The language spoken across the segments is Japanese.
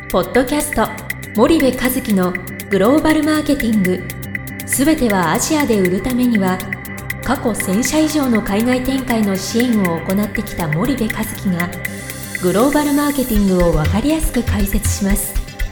ポッドキャスト森部一樹のグローバルマーケティング、すべてはアジアで売るためには、過去1000社以上の海外展開の支援を行ってきた森部一樹がグローバルマーケティングを分かりやすく解説します。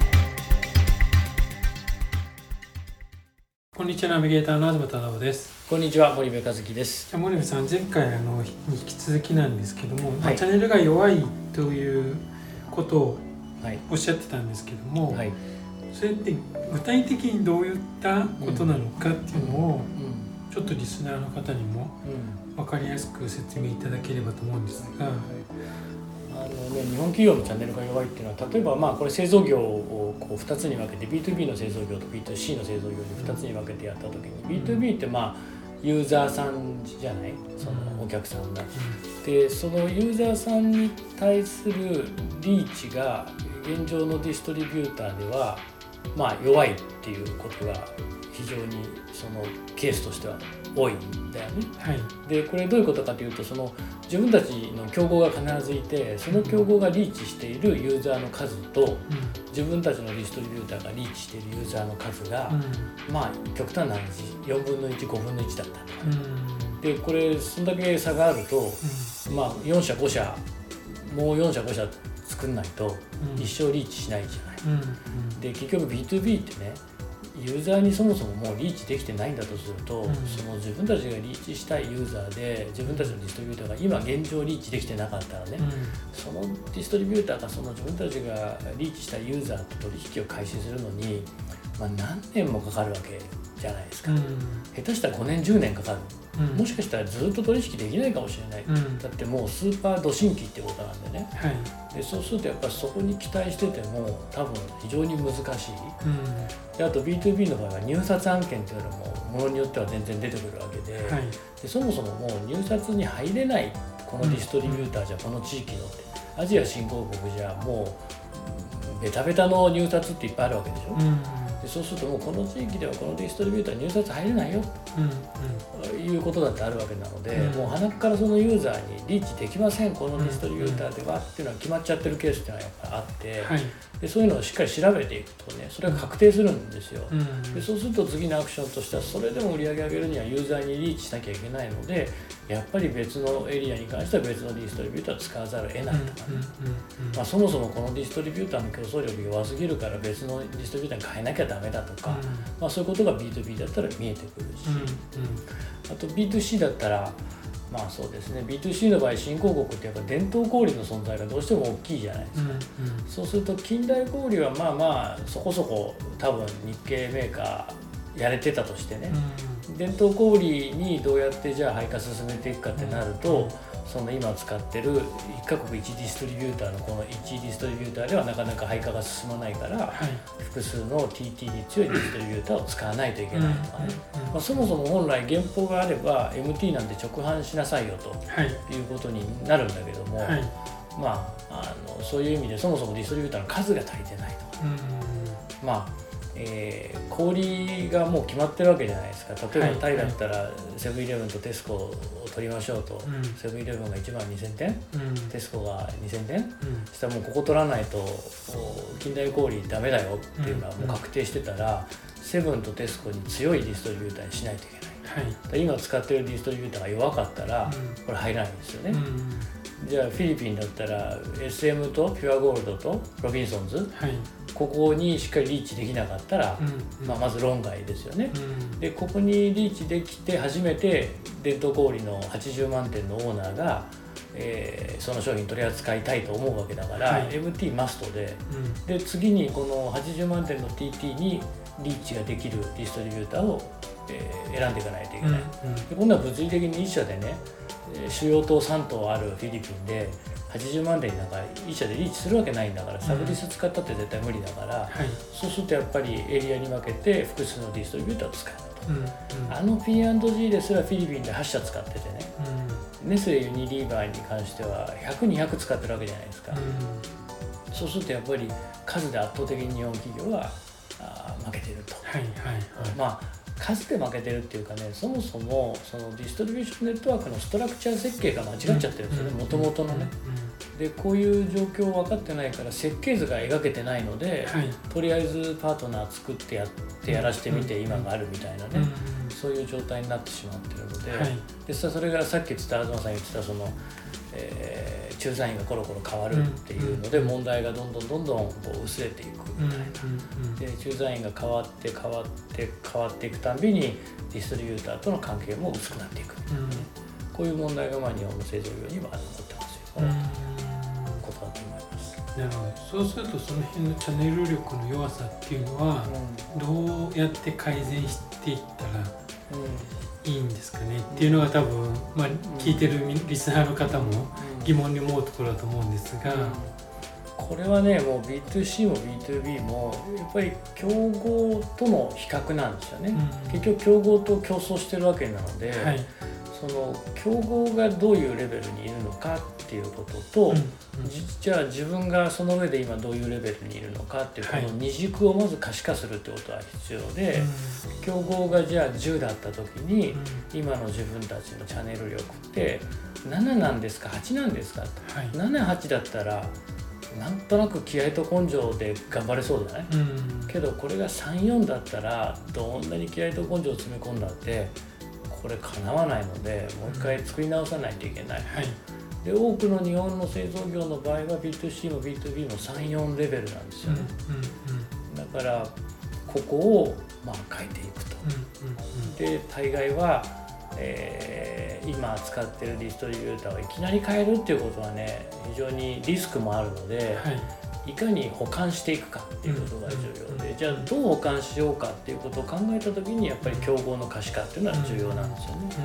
こんにちは、ナビゲーターの東忠夫です。 こんにちは、森部一樹です。 じゃあ森部さん、前回に引き続きなんですけども、 はい、 チャンネルが弱いということをおっしゃってたんですけども、 はい、 それって具体的にどういったことなのかっていうのを、ちょっとリスナーの方にも分かりやすく説明いただければと思うんですが、 日本企業のチャンネルが弱いっていうのは、例えばこれ製造業をこう2つに分けて B2B の製造業と B2C の製造業に2つに分けてやった時に、B2B ってユーザーさんじゃない、そのお客さんが、でそのユーザーさんに対するリーチが現状のディストリビューターでは弱いっていうことが非常にそのケースとしては多いんだよね。 はい、 でこれどういうことかというと、その自分たちの競合が必ずいて、その競合がリーチしているユーザーの数と、自分たちのディストリビューターがリーチしているユーザーの数が、極端な話4分の1、5分の1だったと、でこれそんだけ差があると、4社5社もう4社5社作んないと一生リーチしないじゃない。で結局 B2B ってね、ユーザーにそもそももうリーチできてないんだとすると、その自分たちがリーチしたいユーザーで自分たちのディストリビューターが今現状リーチできてなかったらね、そのディストリビューターがその自分たちがリーチしたユーザーと取引を開始するのに、何年もかかるわけじゃないですか。下手したら5年10年かかる、もしかしたらずっと取引できないかもしれない、だってもうスーパード新規ってことなんでね、でそうするとやっぱりそこに期待してても多分非常に難しい、であと B2B の場合は入札案件というのもものによっては全然出てくるわけで、でそもそももう入札に入れない、このディストリビューターじゃこの地域のって、アジア新興国じゃもうベタベタの入札っていっぱいあるわけでしょ、でそうするともうこの地域ではこのディストリビューター入札入れないよということだってあるわけなので、もう鼻からそのユーザーにリーチできません、このディストリビューターではっていうのは決まっちゃってるケースっていうのはやっぱりあって、でそういうのをしっかり調べていくとね、それが確定するんですよ。でそうすると次のアクションとしては、それでも売り上げ上げるにはユーザーにリーチしなきゃいけないので、やっぱり別のエリアに関しては別のディストリビューターを使わざるを得ないとかね、そもそもこのディストリビューターの競争力が弱すぎるから別のディストリビューターに変えなきゃダメだとか、そういうことが B2B だったら見えてくるし、あと B2C だったらそうですね、 B2C の場合新興国ってやっぱ伝統小売の存在がどうしても大きいじゃないですか。そうすると近代小売はそこそこ多分日系メーカーやれてたとしてね、伝統小売にどうやってじゃあ配下進めていくかってなると、その今使ってる1カ国1ディストリビューターのこの1ディストリビューターではなかなか配下が進まないから、複数の TT に強いディストリビューターを使わないといけないとかね、そもそも本来原稿があれば MT なんて直販しなさいよということになるんだけども、そういう意味でそもそもディストリビューターの数が足りてないとか、小売がもう決まってるわけじゃないですか。例えばタイだったらセブンイレブンとテスコを取りましょうと、セブンイレブンが1万2000点、テスコが2000点、そしたらもうここ取らないと近代小売ダメだよっていうのはもう確定してたら、セブンとテスコに強いディストリビューターにしないといけない、今使ってるディストリビューターが弱かったらこれ入らないんですよね。じゃあフィリピンだったら SM とピュアゴールドとロビンソンズ、ここにしっかりリーチできなかったら、まず論外ですよね。でここにリーチできて初めて伝統小売の80万点のオーナーが、その商品取り扱いたいと思うわけだから、MT マストで、で次にこの80万点の TT にリーチができるディストリビューターを、選んでいかないといけない。で今度は物理的に1社でね、主要島3島あるフィリピンで80万点になんか1社でリーチするわけないんだから、サブディス使ったって絶対無理だから、そうするとやっぱりエリアに分けて複数のディストリビューターを使うと、P&G ですらフィリピンで8社使っててね、ネスレユニリーバーに関しては100、200使ってるわけじゃないですか。そうするとやっぱり数で圧倒的に日本企業は負けてると。数で負けてるっていうかね、そもそもそのディストリビューションネットワークのストラクチャー設計が間違っちゃってるんですよね、もともとのね。 でこういう状況分かってないから設計図が描けてないので、はい、とりあえずパートナー作ってやらしてみて今があるみたいなね、そういう状態になってしまってるので、はい、でそれがさっき言ってた東さん言ってたその、駐在員がコロコロ変わるっていうので問題がどんどんこう薄れていくみたいな、で駐在員が変わっていくたんびにディストリビューターとの関係も薄くなっていくみたいなね、こういう問題が日本の製造業には残ってますよ、ことだと思います。 なるほど。そうするとその辺のチャンネル力の弱さっていうのはどうやって改善していったらいいんですかねっていうのが多分、聞いてるリスナーの方も疑問に思うところだと思うんですが、 これはねもう B2C も B2B もやっぱり競合との比較なんですよね、結局競合と競争してるわけなので、はい、その競合がどういうレベルにいるのかっていうことと、じゃあ自分がその上で今どういうレベルにいるのかっていうこの二軸をまず可視化するってことは必要で、競合がじゃあ10だった時に今の自分たちのチャンネル力って7なんですか8なんですかと、7、8だったらなんとなく気合と根性で頑張れそうじゃない、けどこれが3、4だったらどんなに気合と根性を詰め込んだってこれ叶わないのでもう一回作り直さないといけない、で多くの日本の製造業の場合は B2C も B2B も3、4レベルなんですよね、だからここを変えていくと、で大概は、今使ってるディストリビューターをいきなり変えるっていうことはね非常にリスクもあるので、いかに保管していくかっていうことが重要で、じゃあどう保管しようかっていうことを考えた時にやっぱり競合の可視化っていうのは重要なんですよね。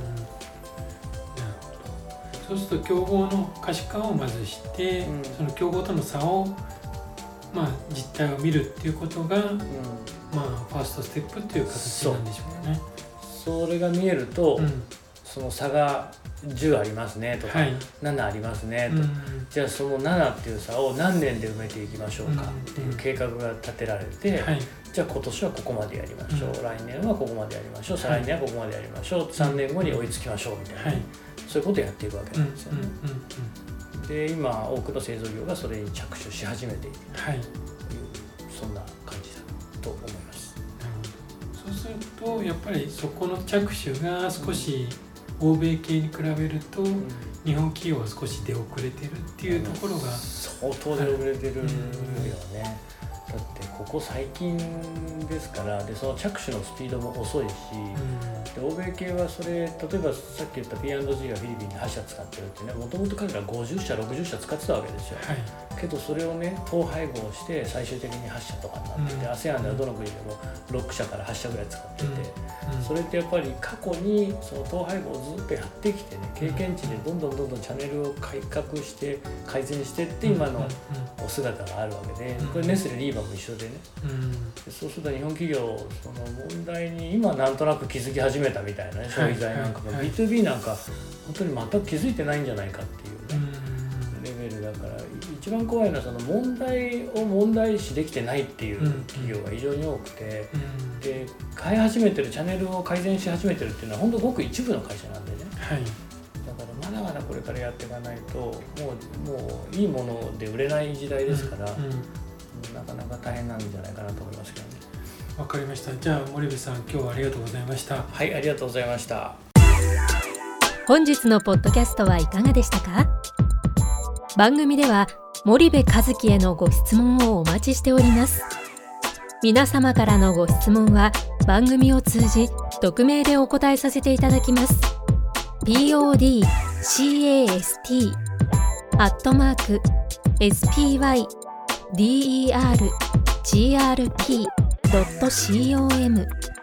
そうすると競合の可視化をまずして、その競合との差を、実態を見るっていうことが、ファーストステップっていう形なんでしょうね。 それが見えると、その差が10ありますねとか、7ありますねと、じゃあその7っていう差を何年で埋めていきましょうかっていう計画が立てられて、じゃあ今年はここまでやりましょう、来年はここまでやりましょう、再来年はここまでやりましょう、3年後に追いつきましょうみたいな、そういうことをやっていくわけなんですよね。で今多くの製造業がそれに着手し始めているという、そんな感じだと思います。 そうするとやっぱりそこの着手が少し欧米系に比べると、日本企業は少し出遅れてるっていうところが相当出遅れてるよね。だってここ最近ですから、でその着手のスピードも遅いし、で欧米系はそれ例えばさっき言った P&G がフィリピンで8社使ってるってね、もともと彼ら50社60社使ってたわけですよ、けどそれをね統廃合して最終的に8社とかになってて、ASEAN ではどの国でも6社から8社ぐらい使ってて、それってやっぱり過去にその統廃合をずっとやってきてね、経験値でどんどんチャンネルを改革して改善してって今のお姿があるわけで、これネスレリーバーも一緒でね、そうすると日本企業その問題に今なんとなく気づき始めたみたいなね、消費財なんかも B2B なんか本当に全く気づいてないんじゃないかっていうね、レベルだから、一番怖いのはその問題を問題視できてないっていう企業が非常に多くて、で変え始めてるチャンネルを改善し始めてるっていうのは本当ごく一部の会社なんでね、だからまだまだこれからやっていかないともういいもので売れない時代ですから、なかなか大変なんじゃないかなと思いますけどね。 わかりました。じゃあ森部さん、今日はありがとうございました。 はい、ありがとうございました。 本日のポッドキャストはいかがでしたか？番組では森部一樹へのご質問をお待ちしております。皆様からのご質問は番組を通じ匿名でお答えさせていただきます。podcast@spydergrp.com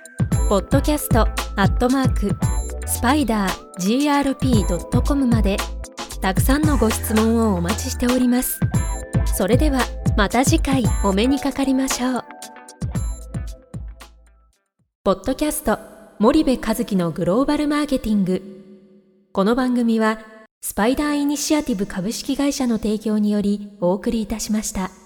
podcast@spidergrp.com までたくさんのご質問をお待ちしております。それではまた次回お目にかかりましょう。ポッドキャスト森部一樹のグローバルマーケティング。この番組はスパイダーイニシアティブ株式会社の提供によりお送りいたしました。